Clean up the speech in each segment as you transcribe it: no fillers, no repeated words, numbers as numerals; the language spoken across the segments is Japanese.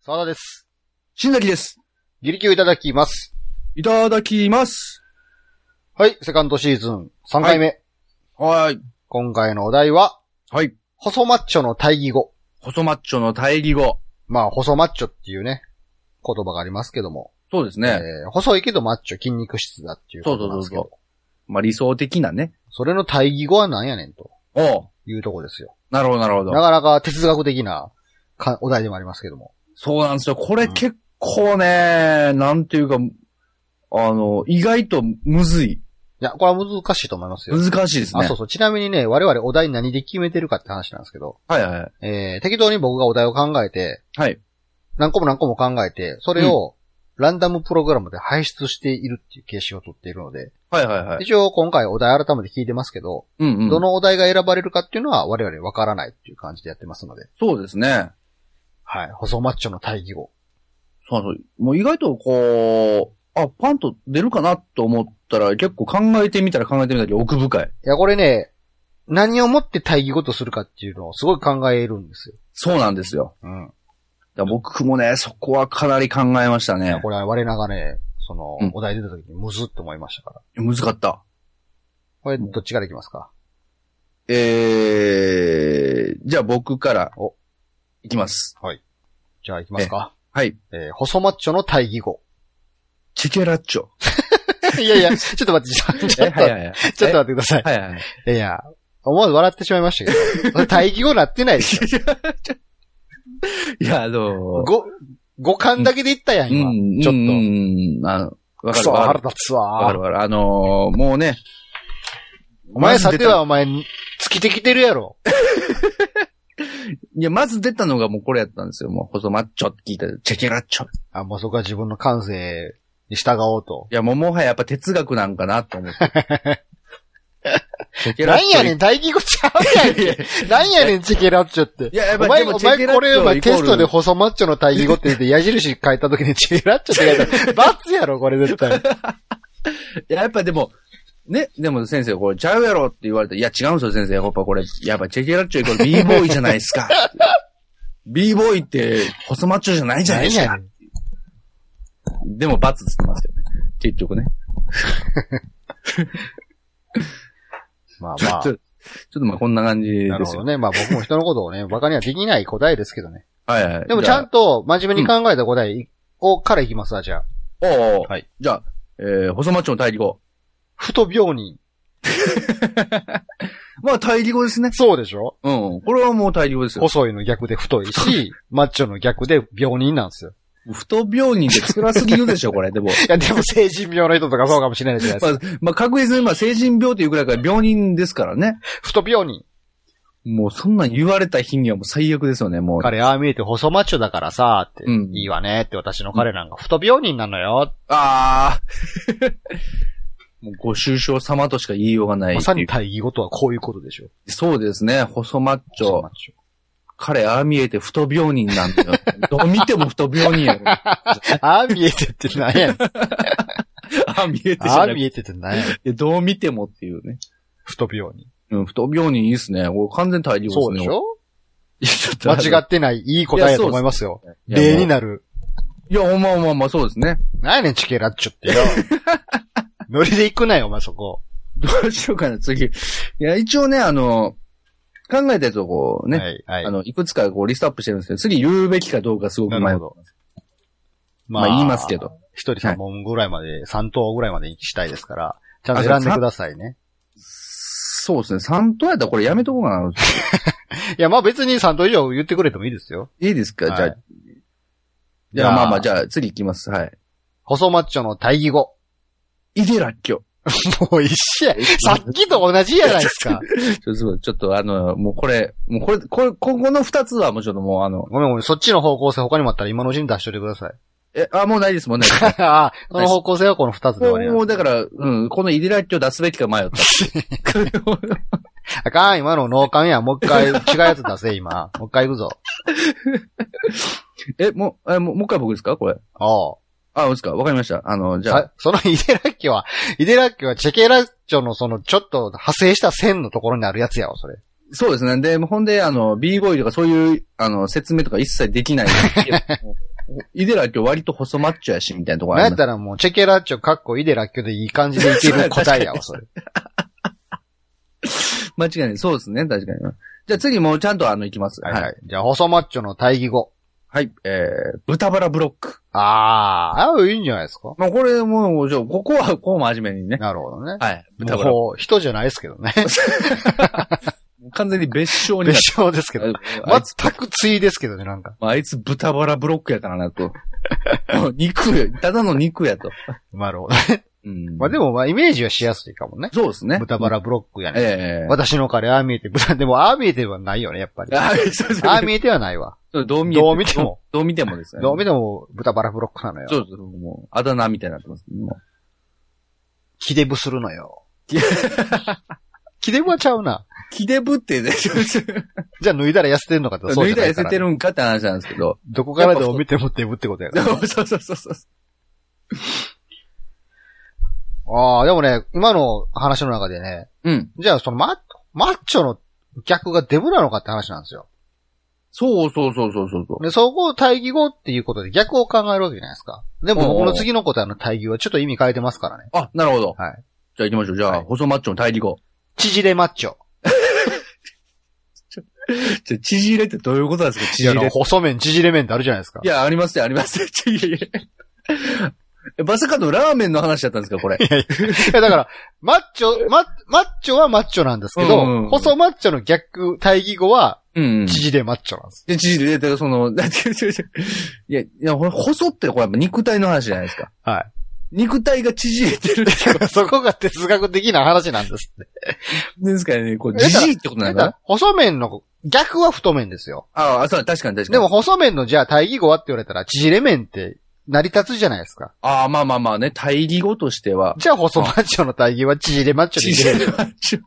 沢田です。 新崎です。 ギリキューいただきます。 いただきます。 はい、セカンドシーズン3回目。 はい。 今回のお題は、 はい。 細マッチョの対義語。 細マッチョの対義語。 まあ、細マッチョっていうね、言葉がありますけども。 そうですね。 細いけどマッチョ筋肉質だっていうことなんですけど。 そう。まあ理想的なね。 それの対義語は何やねんと。いうとこですよ。 なるほど、なるほど。 なかなか哲学的なお題でもありますけども。 そうなんですよ。これ結構ね、なんていうか、意外とむずい。 いや、これは難しいと思いますよ。 難しいですね。 そうそう。ちなみにね、我々お題何で決めてるかって話なんですけど。 はいはい。 適当に僕がお題を考えて。 はい。 何個も考えて、それをランダムプログラムで排出しているっていう形式をとっているので。 はいはいはい。 一応今回お題改めて聞いてますけど。どのお題が選ばれるかっていうのは我々わからないっていう感じでやってますので。 そうですね。 はい。細マッチョの対義語。 そう。もう意外とパンと出るかなと思ったら結構考えてみたら奥深い。 いや、これね、何をもって対義語とするかっていうのをすごい考えるんですよ。 そうなんですよ。僕もね、そこはかなり考えましたね。 これは我ながらね、お題出た時にむずって思いましたから。 むずかった。 これ、どっちからいきますか？ じゃあ僕から、いきます。 はい。じゃあいきますか。 はい。 細マッチョの対義語。 チケラッチョ。 いやいや、ちょっと待って、ちょっと待ってください。 はいはい。 いや、思わず笑ってしまいましたけど。対義語なってないですよ。 いや、 五感だけで言ったやん、今。ちょっと。 わかる。 腹立つわ。 わかる。もうね。 お前さてはお前、尽きてきてるやろ。 いや、まず出たのがもうこれやったんですよ。もう、細マッチョって聞いたら、チェケラッチョ。 もうそこは自分の感性に従おうと。 いや、もはややっぱ哲学なんかなと思って。 なんやねん、対義語ちゃうやんけ。なんやねん、チェケラッチョって。 いや、やっぱお前これ、テストで細マッチョの対義語って言って矢印書いた時にチェケラッチョって書いたら、罰やろ、これ絶対。 いや、やっぱでも先生、これちゃうやろって言われて、いや、違うんですよ、先生。やっぱこれ、やっぱチェケラッチョイコール B ボーイじゃないですか。B ボーイって、細マッチョじゃないじゃないですか。でも、罰つってますよね。結局ね。 まあ。 ちょっとまあこんな感じですよ。 なるほどね。まあ僕も人のことをね、馬鹿にはできない答えですけどね。 はいはい。 でもちゃんと真面目に考えた答えからいきますわ、じゃあ。 はい。じゃあ、細マッチョの対義語。 太病人。 まあ対義語ですね。 そうでしょ？ これはもう対義語ですよ。 細いの逆で太いし、マッチョの逆で病人なんですよ。 太病人で辛すぎるでしょ、これ。でも。いや、でも成人病の人とかそうかもしれないじゃないですか。 まあ確実に成人病というくらいから病人ですからね。 太病人。 もうそんなん言われた日にはもう最悪ですよね、もう。 彼、見えて細マッチョだからさ、って、いいわねって私の彼なんか太病人なのよ。 もうご愁傷様としか言いようがない。 まさに対義語とはこういうことでしょ。 そうですね、細マッチョ。彼、見えて太病人なんだよ。どう見ても太病人やろ。 見えてって何やねん。 見えてじゃなくて。 見えてって何やねん。どう見てもっていうね。 太病人。 太病人いいっすね。完全対義語ですね。 そうでしょ？間違ってない、いい答えだと思いますよ。例になる。 いや、まあ、そうですね。 何やねん、チケラッチョってよ。ノリで行くなよ、お前そこ。 どうしようかな、次。いや、一応ね、考えたやつをね、いくつかリストアップしてるんですけど、次言うべきかどうかすごく迷う。まあ言いますけど。 一人3本ぐらいまで、3等ぐらいまでしたいですから、ちゃんと選んでくださいね。 そうですね、3等やったらこれやめとこうかな。 いや、まあ別に3等以上言ってくれてもいいですよ。 いいですか、じゃあ、じゃあ次行きます。はい。 細マッチョの対義語。 イデラッキョ。 もう一緒や。さっきと同じやないですか。 ちょっともうここの二つはもうちょっともうごめん、そっちの方向性他にもあったら今のうちに出しといてください。 もうないです。この方向性はこの二つで終わりなんです。 もうだから、このイデラッキョ出すべきか迷った。 あかん、今の脳幹や。もう一回違うやつ出せ、今。もう一回行くぞ。 もう一回僕ですかこれ。そうですか。わかりました。じゃあ。 そのイデラッキョはチェケラッチョのちょっと派生した線のところにあるやつやわ、それ。 そうですね。で、ほんで、B ボーイとかそういう、説明とか一切できない。 イデラッキョ割と細マッチョやし、みたいなところなんやったらもう、チェケラッチョかっこイデラッキョでいい感じでいける答えやわ、それ。 間違いない。そうですね、確かに。じゃあ次もうちゃんと行きます。 はいはい。じゃあ、細マッチョの対義語。 はい、豚バラブロック。 いいんじゃないですか。 まあこれもう、ここはこう真面目にね。 なるほどね。 はい。 豚バラ。もう人じゃないですけどね。 完全に別称になって。 別称ですけど。全く対ですけどね、なんか。 あいつ豚バラブロックやからなと。ただの肉やと。 なるほどね。まあでもイメージはしやすいかもね。 そうですね。 豚バラブロックやね。私のカレーああ見えて、でもああ見えてはないよね、やっぱり。ああ見えてはないわ。 どう見ても。どう見てもですね。 どう見ても豚バラブロックなのよ。 そうです。もう、あだ名みたいになってます。 キデブするのよ。キデブはちゃうな。 キデブってね。 じゃあ脱いだら痩せてんのかってそうじゃないから。脱いだら痩せてるんかって話なんですけど。 どこからでも見てもデブってことやから。 そう。 でもね、今の話の中でね。じゃあそのマッチョの逆がデブなのかって話なんですよ。 そう。 で、そこを対義語っていうことで逆を考えるわけじゃないですか。でも僕の次の答えの対義はちょっと意味変えてますからね。 あ、なるほど。 はい。 じゃあ行きましょう。じゃあ、細マッチョの対義語。 縮れマッチョ。 縮れってどういうことなんですか？縮れ。 細麺、縮れ麺ってあるじゃないですか。 いや、ありますよ。まさかのラーメンの話だったんですか、これ。 いや、だから、マッチョはマッチョなんですけど、細マッチョの逆、対義語は、縮れマッチョなんです。 縮れ、だからその、いや、細ってこれやっぱ肉体の話じゃないですか。 はい。 肉体が縮れてるってそこが哲学的な話なんですって。 ですからね、こう、じじいってことなんだ。 細麺の逆は太麺ですよ。 そう、確かに。 でも細麺のじゃあ対義語はって言われたら、縮れ麺って成り立つじゃないですか。 まあね、対義語としては。 じゃあ細マッチョの対義は縮れマッチョでいける。 縮れマッチョ。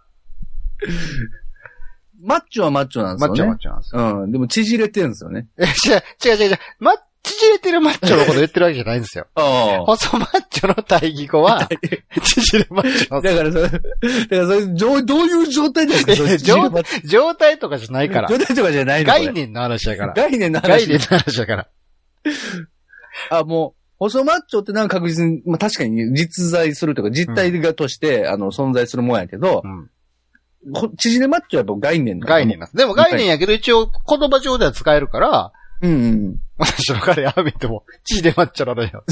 マッチョはマッチョなんですよね。 マッチョなんですよ。 でも縮れてるんですよね。 違う。縮れてるマッチョのこと言ってるわけじゃないんですよ。細マッチョの対義語は、縮れマッチョ。 だからそれ、どういう状態ですか？ 状態とかじゃないから。 状態とかじゃないの？ 概念の話だから。 概念の話だから。 もう、細マッチョってなんか確実に、まあ確かに実在するというか、実体がとして、存在するもんやけど、縮れマッチョはやっぱ概念なんです。でも概念やけど一応言葉上では使えるから、私の彼ああ見ても、縮れマッチョなのよ。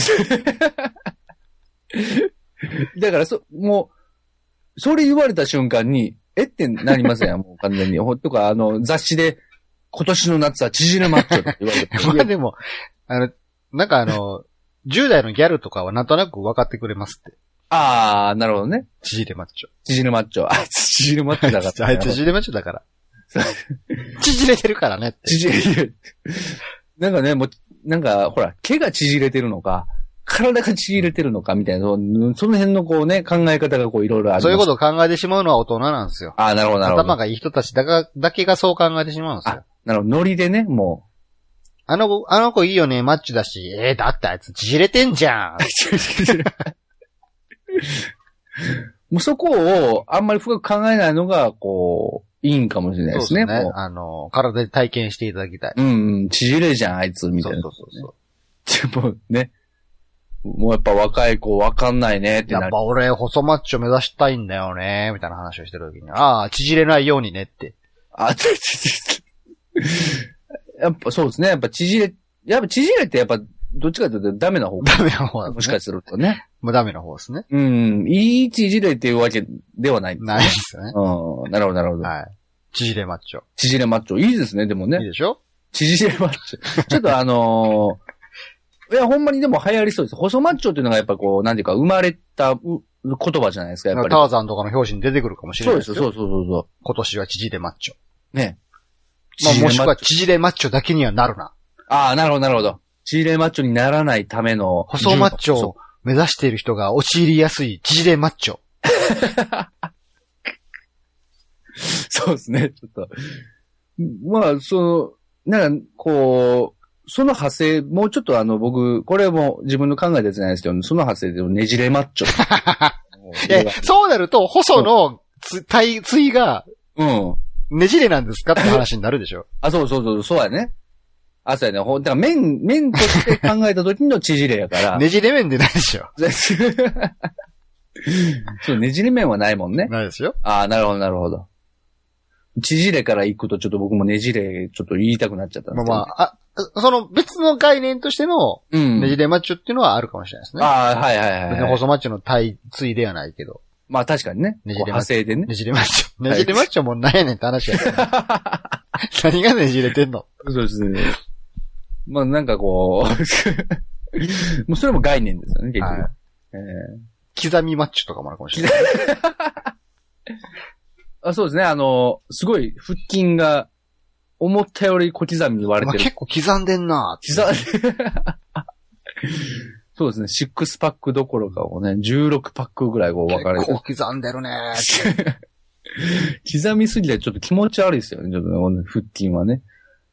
だからもう、それ言われた瞬間に、ってなりますやん、もう完全に。とか、雑誌で、今年の夏は縮れマッチョって言われて。 まあでも、なんか10代のギャルとかはなんとなく分かってくれますって。 なるほどね。 縮れマッチョ。 縮れマッチョ。あいつ縮れマッチョだから。 あいつ縮れマッチョだから。縮れてるからねって。 縮れてる。なんかね、もう、なんか、ほら、毛が縮れてるのか、体が縮れてるのかみたいな、その辺のこうね、考え方がこういろいろあります。 そういうことを考えてしまうのは大人なんですよ。 なるほど。 頭がいい人たちだけがそう考えてしまうんですよ。 なるほど。ノリでね、もう。 あの子いいよね、マッチだし、だってあいつ縮れてんじゃん。 もうそこをあんまり深く考えないのが、こう、いいんかもしれないですね。 そうですね。体で体験していただきたい。 縮れじゃん、あいつ、みたいな。 そう。 でもね、もうやっぱ若い子わかんないねってなる。 やっぱ俺、細マッチョ目指したいんだよね、みたいな話をしてるときに、縮れないようにねって。 やっぱそうですね。やっぱ縮れってやっぱ、どっちかというとダメな方。 ダメな方だね。 もしかするとね。 もうダメな方ですね。 いい縮れっていうわけではないですね。 ないですよね。 なるほど。 はい。縮れマッチョ。 縮れマッチョ。いいですね、でもね。 いいでしょ？ 縮れマッチョ。ちょっといや、ほんまにでも流行りそうです。細マッチョっていうのがやっぱこう、なんていうか、生まれた言葉じゃないですか、やっぱり。 ターザンとかの表紙に出てくるかもしれないですよ。 そう。 今年は縮れマッチョ。 ね。 もしくは縮れマッチョだけにはなるな。 なるほど。縮れマッチョにならないための。 細マッチョを目指している人が陥りやすい縮れマッチョ。 そうですね、ちょっと。まあ、なんか、こう、その派生、もうちょっと僕、これも自分の考えたやつじゃないですけど、その派生でもねじれマッチョ。 そうなると、細の対が、ねじれなんですかって話になるでしょ。 そうやね。 あ、そうやね。だから麺として考えた時の縮れやから。 ねじれ麺でないでしょ。 そう、ねじれ麺はないもんね。 ないですよ。 ああ、なるほど、なるほど。縮れから行くとちょっと僕もねじれちょっと言いたくなっちゃったんですけど、ね。 まあ、その別の概念としてのねじれマッチョっていうのはあるかもしれないですね。 ああ、はいはいはい。 別に細マッチョの対対ではないけど。 まあ確かにね。 ねじれマッチョ。 派生でね。 ねじれマッチョ。ねじれマッチョもなんやねんって話やから、ね。何がねじれてんの？ そうですね。まあなんかこう、もうそれも概念ですよね、結局。はい、 刻みマッチョとかもあるかもしれない。 あ、そうですね、すごい腹筋が思ったより小刻みに割れてる。 結構刻んでんなそうですね、6パックどころかをね、16パックぐらいこう分かれてる。 結構刻んでるね刻みすぎてちょっと気持ち悪いですよね、ちょっとね、腹筋はね。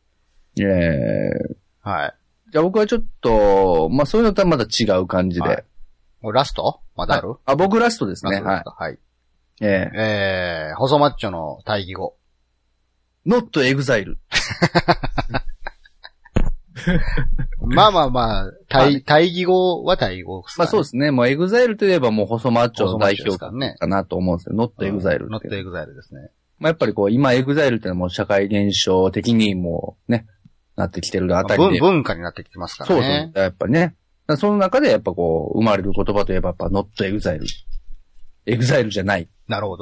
はい。 じゃあ僕はちょっと、まあそういうのとはまた違う感じで。はい、 もうラストまだある？ あ、僕ラストですね。はい。 はい。細マッチョの対義語。 not exile。 まあ、対義語は対義語ですか、ね。 まあそうですね。もうexile といえばもう細マッチョの代表かなと思うんですよ。not exile。 not exile ですね。 まあやっぱりこう、今exile ってのはもう社会現象的にもうね、なってきてるあたりで。 文化になってきてますからね。 そうそう。やっぱね。その中でやっぱこう、生まれる言葉といえばやっぱ not exile。exile じゃない。 なるほど。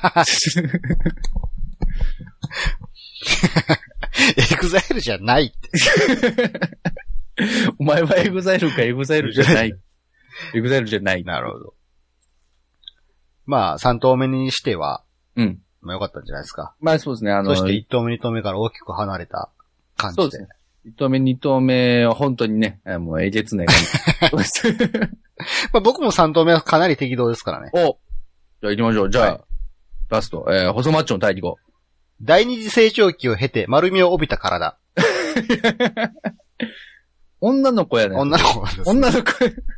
エグザイルじゃないって。 お前はエグザイルかエグザイルじゃない。エグザイルじゃない。 なるほど。まあ、3投目にしては、 うん。 まあ良かったんじゃないですか。 まあそうですね、 そして1投目2投目から大きく離れた感じで。 そうですね。1投目2投目は本当にね、もうえげつない感じ。 まあ僕も3投目はかなり適当ですからね。 お、じゃあ行きましょう。じゃあ、はい、ラスト、細マッチョの対義語。 第二次成長期を経て丸みを帯びた体。 女の子やね。 女の子です、ね。 女の子。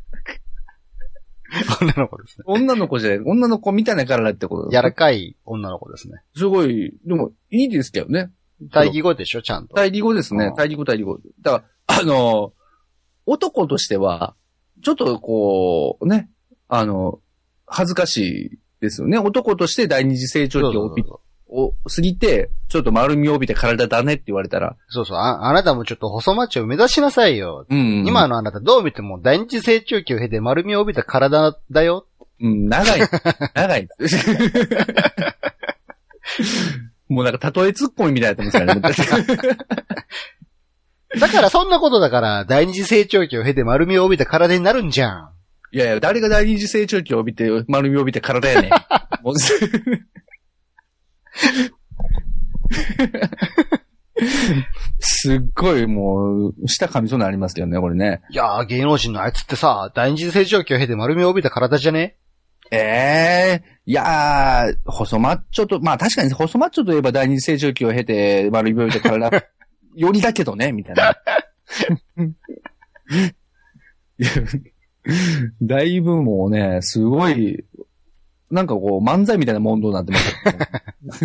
女の子ですね。 女の子じゃない。女の子みたいな体ってことですね。柔らかい女の子ですね。 すごい、でも、いいですけどね。 対義語でしょ、ちゃんと。 対義語ですね。対義語。だから、男としては、ちょっとこう、ね、恥ずかしいですよね。男として第二次成長期を過ぎて、ちょっと丸みを帯びて体だねって言われたら。 そうそう。あなたもちょっと細マッチョを目指しなさいよ。今のあなたどう見ても第二次成長期を経て丸みを帯びた体だよ。 長い。もうなんか例えツッコミみたいなやつですからね。 だからそんなことだから第二次成長期を経て丸みを帯びた体になるんじゃん。 いや、誰が第二次成長期を帯びて丸みを帯びて体やねん。もうすっごいもう、舌噛みそうになりますよね、これね。 いやー、芸能人のあいつってさ、第二次成長期を経て丸みを帯びた体じゃね？ いやー、細マッチョと、まあ確かに細マッチョといえば第二次成長期を経て丸みを帯びた体、よりだけどね、みたいな。だいぶもうね、すごい、なんかこう、漫才みたいな問答になってます。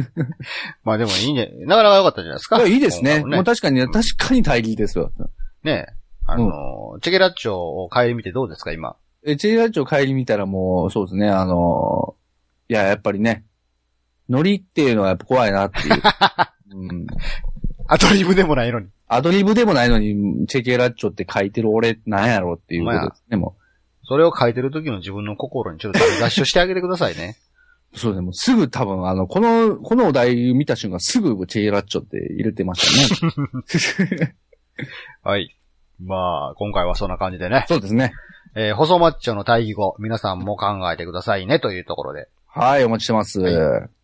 まあでもいいね。なかなか良かったんじゃないですか。 いいですね。もう確かに大義ですよ。 ねえ。チェケラッチョを帰り見てどうですか、今。 チェケラッチョを帰り見たらもう、そうですね、いや、やっぱりね、ノリっていうのはやっぱ怖いなっていう。 アドリブでもないのに。 アドリブでもないのに、チェケラッチョって書いてる俺なんやろっていうことですね、もう。 それを書いてる時の自分の心にちょっと脱出してあげてくださいね。 そうですね。もうすぐ多分、このお題見た瞬間すぐチェラッチョって入れてましたね。 はい。まあ、今回はそんな感じでね。 そうですね。 細マッチョの対義語、皆さんも考えてくださいねというところで。 はい、お待ちしてます。はい